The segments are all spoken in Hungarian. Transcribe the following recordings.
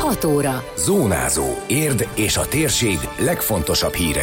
6 óra. Zónázó. Érd és a térség legfontosabb hírei.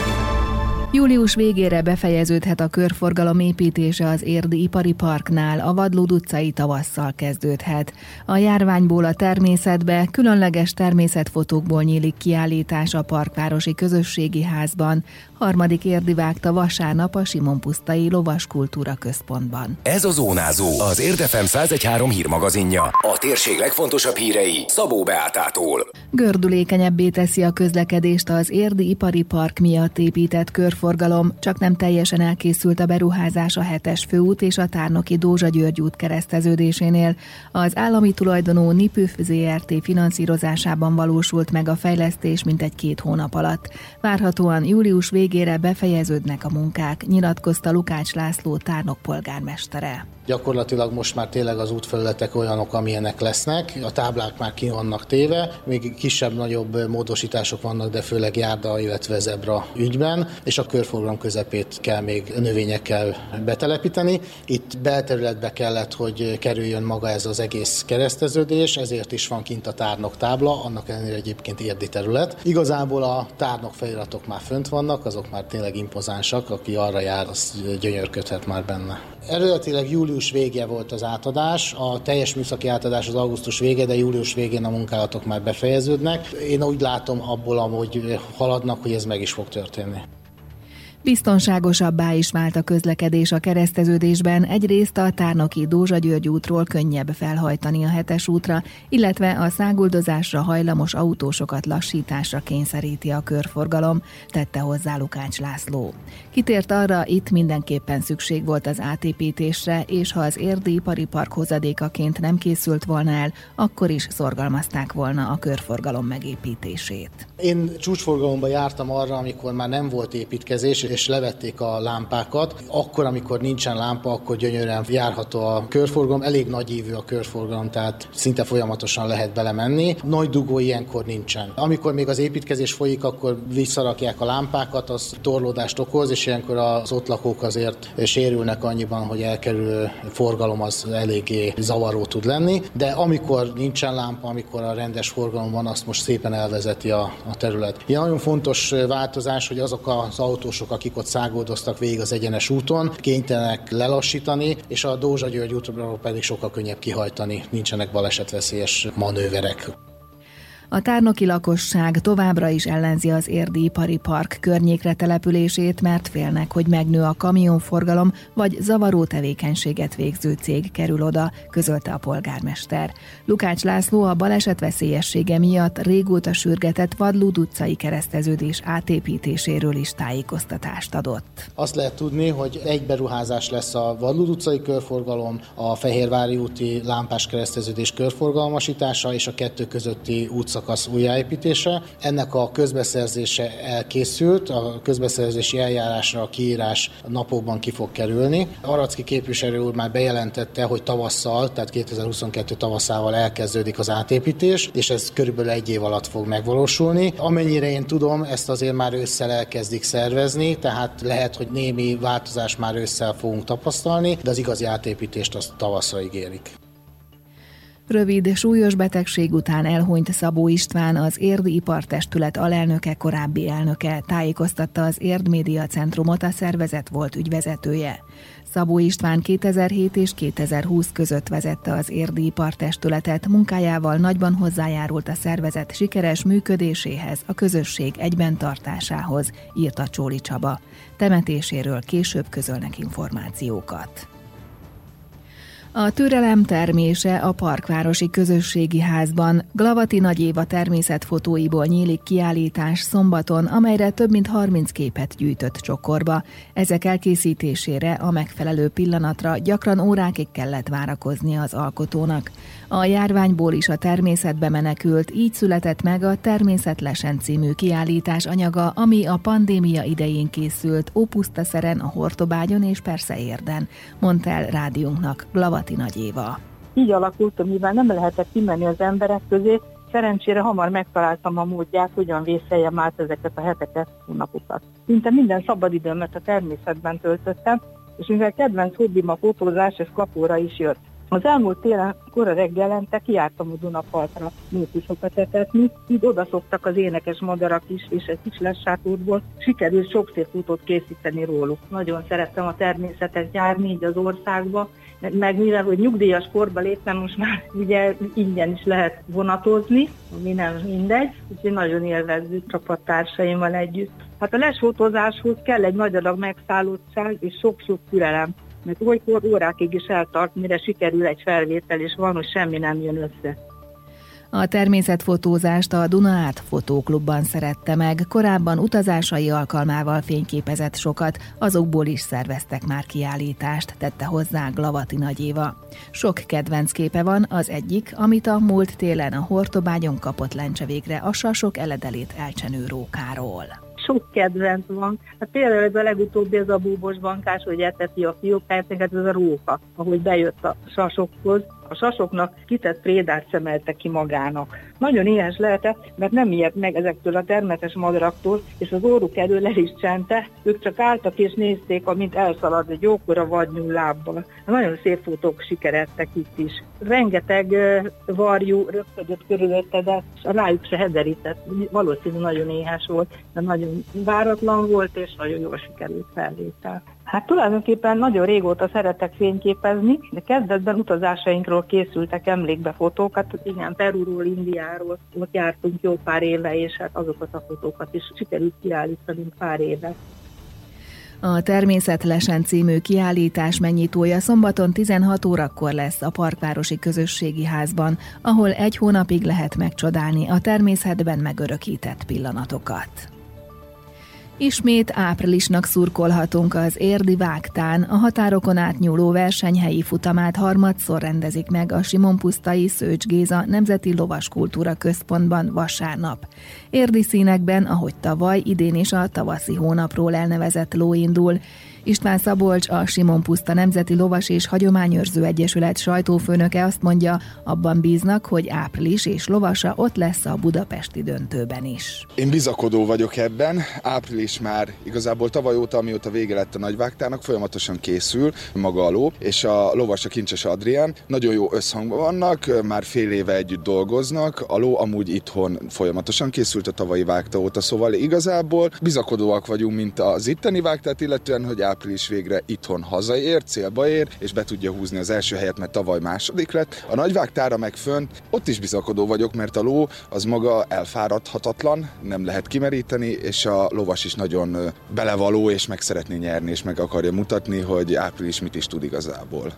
Július végére befejeződhet a körforgalom építése az érdi ipari parknál, a Vadlód utcai tavasszal kezdődhet. A járványból a természetbe, különleges természetfotókból nyílik kiállítás a Parkvárosi Közösségi Házban. Harmadik érdi vágta vasárnap a Simonpusztai Lovas Kultúra Központban. Ez a Zónázó, az Érd FM 101.3 hírmagazinja. A térség legfontosabb hírei Szabó Beátától. Gördülékenyebbé teszi a közlekedést az érdi ipari park miatt épített körforgalom, csak nem teljesen elkészült a beruházás a 7-es főút és a Tárnoki Dózsa-György út kereszteződésénél. Az állami tulajdonú NIPÜF Zrt. Finanszírozásában valósult meg a fejlesztés mintegy 2 hónap alatt. Várhatóan július végére befejeződnek a munkák, nyilatkozta Lukács László Tárnok polgármestere. Gyakorlatilag most már tényleg az útfelületek olyanok, amilyenek lesznek, a táblák már ki vannak téve, még kisebb-nagyobb módosítások vannak, de főleg járda, illetve zebra ügyben, és a körforgalom közepét kell még növényekkel betelepíteni. Itt belterületbe kellett, hogy kerüljön maga ez az egész kereszteződés, ezért is van kint a Tárnok tábla, annak ellenére egyébként érdi terület. Igazából a Tárnok feliratok már fönt vannak, azok már tényleg impozánsak, aki arra jár, az gyönyörködhet már benne. Eredetileg július vége volt az átadás, a teljes műszaki átadás az augusztus vége, de július végén a munkálatok már befejeződnek. Én úgy látom abból, ahogy haladnak, hogy ez meg is fog történni. Biztonságosabbá is vált a közlekedés a kereszteződésben, egyrészt a Tárnoki Dózsa-György útról könnyebb felhajtani a 7-es útra, illetve a száguldozásra hajlamos autósokat lassításra kényszeríti a körforgalom, tette hozzá Lukács László. Kitért arra, itt mindenképpen szükség volt az átépítésre, és ha az érdi ipari park hozadékaként nem készült volna el, akkor is szorgalmazták volna a körforgalom megépítését. Én csúcsforgalomba jártam arra, amikor már nem volt építkezés, és levették a lámpákat. Akkor, amikor nincsen lámpa, akkor gyönyörűen járható a körforgalom, elég nagy ívű a körforgalom, tehát szinte folyamatosan lehet belemenni. Nagy dugó ilyenkor nincsen. Amikor még az építkezés folyik, akkor visszarakják a lámpákat, az torlódást okoz, és ilyenkor az ott lakók azért sérülnek annyiban, hogy elkerülő forgalom az eléggé zavaró tud lenni, de amikor nincsen lámpa, amikor a rendes forgalom van, azt most szépen elvezeti a terület. Ilyen nagyon fontos változás, hogy azok az autósok, akik ott száguldoztak végig az egyenes úton, kénytelenek lelassítani, és a Dózsa-György útról pedig sokkal könnyebb kihajtani, nincsenek balesetveszélyes manőverek. A tárnoki lakosság továbbra is ellenzi az érdi ipari park környékre települését, mert félnek, hogy megnő a kamionforgalom, vagy zavaró tevékenységet végző cég kerül oda, közölte a polgármester. Lukács László a balesetveszélyessége miatt régóta sürgetett Vadlód utcai kereszteződés átépítéséről is tájékoztatást adott. Azt lehet tudni, hogy egy beruházás lesz a Vadlód utcai körforgalom, a Fehérvári úti lámpás kereszteződés körforgalmasítása és a kettő közötti útszakasz újjáépítése. Ennek a közbeszerzése elkészült, a közbeszerzési eljárásra a kiírás napokban ki fog kerülni. Aracki képviselő úr már bejelentette, hogy tavasszal, tehát 2022 tavaszával elkezdődik az átépítés, és ez körülbelül 1 év alatt fog megvalósulni. Amennyire én tudom, ezt azért már ősszel elkezdik szervezni, tehát lehet, hogy némi változás már ősszel fogunk tapasztalni, de az igazi átépítést azt tavasszal ígérik. Rövid, súlyos betegség után elhunyt Szabó István, az Érdi Ipartestület alelnöke, korábbi elnöke, tájékoztatta az Érd Média Centrumot a szervezet volt ügyvezetője. Szabó István 2007 és 2020 között vezette az Érdi Ipartestületet, munkájával nagyban hozzájárult a szervezet sikeres működéséhez, a közösség egyben tartásához, írta Csóli Csaba. Temetéséről később közölnek információkat. A türelem termése a Parkvárosi Közösségi Házban. Glavati Nagy Éva természetfotóiból nyílik kiállítás szombaton, amelyre több mint 30 képet gyűjtött csokorba. Ezek elkészítésére a megfelelő pillanatra gyakran órákig kellett várakozni az alkotónak. A járványból is a természetbe menekült, így született meg a Természetlesen című kiállítás anyaga, ami a pandémia idején készült Ópusztaszeren, a Hortobágyon és persze Érden, mondta el rádiónknak Glavati Nagy Éva. Így alakult, hogy mivel nem lehetett kimenni az emberek közé, szerencsére hamar megtaláltam a módját, hogyan vészeljem át ezeket a heteket, hónapokat. Szinte minden szabadidőmet a természetben töltöttem, és mivel kedvenc hobbim a fotózás, ez kapóra is jött. Az elmúlt télen kora reggelente kijártam a Dunapartra mókusokat etetni, így oda szoktak az énekes madarak is, és egy kis lessátorból sikerült sok szép útot készíteni róluk. Nagyon szerettem a természetet járni így az országba, meg mivel, hogy nyugdíjas korba léptem, most már ugye ingyen is lehet vonatozni, ami nem mindegy, úgyhogy nagyon élvezzük csapattársaimmal együtt. Hát a lesfotózáshoz kell egy nagy adag megszállottság és sok-sok türelem, mert olykor órákig is eltart, mire sikerül egy felvétel, és van, hogy semmi nem jön össze. A természetfotózást a Duna Art Fotóklubban szerette meg, korábban utazásai alkalmával fényképezett sokat, azokból is szerveztek már kiállítást, tette hozzá Glavati Nagy Éva. Sok kedvenc képe van, az egyik, amit a múlt télen a Hortobágyon kapott lencse végre a sasok eledelét elcsenő rókáról. Sok kedvenc van. Hát például a legutóbbi az a búbos bankás, hogy eteti a fiókáját, neked ez a róka, ahogy bejött a sasokhoz. A sasoknak kitett prédát szemelte ki magának. Nagyon éhes lehetett, mert nem ijedt meg ezektől a termetes madaraktól, és az orruk elől el is csente, ők csak álltak és nézték, amint elszalad egy jókora vadnyúl lábbal. Nagyon szép fotók sikeredtek itt is. Rengeteg varjú röpködött körülötte, de rájuk se hederített. Valószínű nagyon éhes volt, de nagyon váratlan volt, és nagyon jól sikerült felvétel. Hát tulajdonképpen nagyon régóta szeretek fényképezni, de kezdetben utazásainkról készültek emlékbe fotók, hát igen, Perúról, Indiáról, ott jártunk jó pár éve, és hát azokat a fotókat is sikerült kiállítani pár éve. A Természetlesen című kiállítás megnyitója szombaton 16 órakor lesz a Parkvárosi Közösségi Házban, ahol egy hónapig lehet megcsodálni a természetben megörökített pillanatokat. Ismét áprilisnak szurkolhatunk az érdi vágtán. A határokon átnyúló versenyhelyi futamát harmadszor rendezik meg a Simonpusztai Szőcs Géza Nemzeti Lovaskultúra Központban vasárnap. Érdi színekben, ahogy tavaly, idén is a tavaszi hónapról elnevezett ló indul. István Szabolcs, a Simonpuszta Nemzeti Lovas és Hagyományőrző Egyesület sajtófőnöke azt mondja, abban bíznak, hogy április és lovasa ott lesz a budapesti döntőben is. Én bizakodó vagyok ebben. Április már igazából tavaly óta, amióta vége lett a nagyvágtának, folyamatosan készül maga a ló, és a lovas a Kincses Adrián. Nagyon jó összhangban vannak, már fél éve együtt dolgoznak. A ló amúgy itthon folyamatosan készült a tavalyi vágta óta, szóval igazából bizakodóak vagyunk, mint az itteni vágtát, illetően, hogy április végre itthon hazaér, célba ér, és be tudja húzni az első helyet, mert tavaly második lett. A nagyvágtára meg fönt, ott is bizakodó vagyok, mert a ló az maga elfáradhatatlan, nem lehet kimeríteni, és a lovas is nagyon belevaló, és meg szeretné nyerni, és meg akarja mutatni, hogy április mit is tud igazából.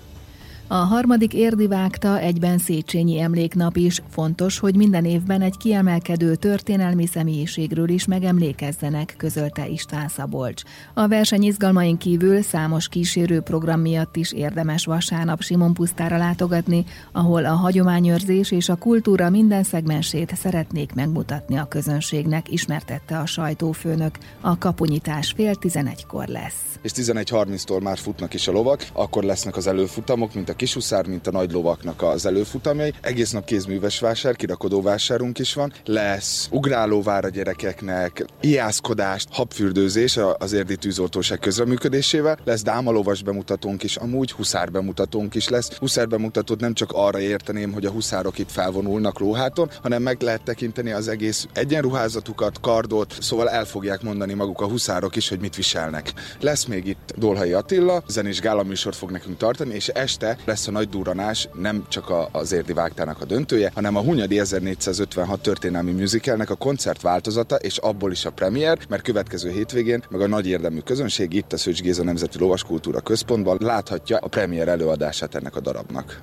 A harmadik érdi vágta egyben Széchenyi emléknap is. Fontos, hogy minden évben egy kiemelkedő történelmi személyiségről is megemlékezzenek, közölte István Szabolcs. A verseny izgalmain kívül számos kísérő program miatt is érdemes vasárnap Simonpusztára látogatni, ahol a hagyományőrzés és a kultúra minden szegmensét szeretnék megmutatni a közönségnek, ismertette a sajtófőnök. A kapunyítás 10:30-kor lesz. És 11:30-tól már futnak is a lovak, akkor lesznek az előfutamok, mint a kishuszár, mint a nagy lovaknak az előfutamjai. Egész nap kézműves vásár, kirakodóvásárunk is van. Lesz ugrálóvár a gyerekeknek, ijászkodást, habfürdőzés az érdi tűzoltóság közreműködésével. Lesz dámalovas bemutatónk is, amúgy huszár bemutatónk is lesz. Huszár bemutatót nem csak arra érteném, hogy a huszárok itt felvonulnak lóháton, hanem meg lehet tekinteni az egész egyenruházatukat, kardot, szóval el fogják mondani maguk a huszárok is, hogy mit viselnek. Lesz még itt Dolhai Attila, zenés gálaműsort fog nekünk tartani, és este lesz a nagy durranás, nem csak az érdi vágtának a döntője, hanem a Hunyadi 1456 történelmi musicalnek a koncertváltozata, és abból is a premier, mert következő hétvégén meg a nagy érdemű közönség itt a Szőcs Géza Nemzeti Lovaskultúra Központban láthatja a premier előadását ennek a darabnak.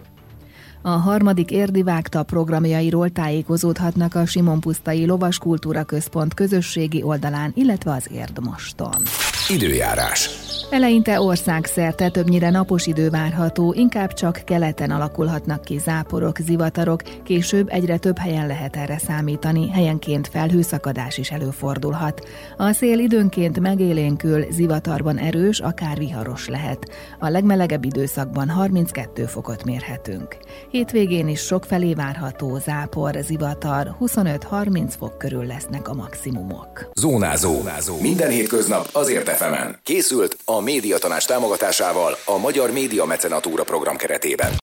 A harmadik érdi vágta programjairól tájékozódhatnak a Simonpusztai Lovaskultúra Központ közösségi oldalán, illetve az Érdmoston. Időjárás. Eleinte országszerte többnyire napos idő várható, inkább csak keleten alakulhatnak ki záporok, zivatarok, később egyre több helyen lehet erre számítani, helyenként felhőszakadás is előfordulhat. A szél időnként megélénkül, zivatarban erős, akár viharos lehet. A legmelegebb időszakban 32 fokot mérhetünk. Hétvégén is sokfelé várható zápor, zivatar, 25-30 fok körül lesznek a maximumok. Zónázó. Minden hétköznap azért FM-en. Készült a Médiatanács támogatásával a Magyar Média Mecenatúra program keretében.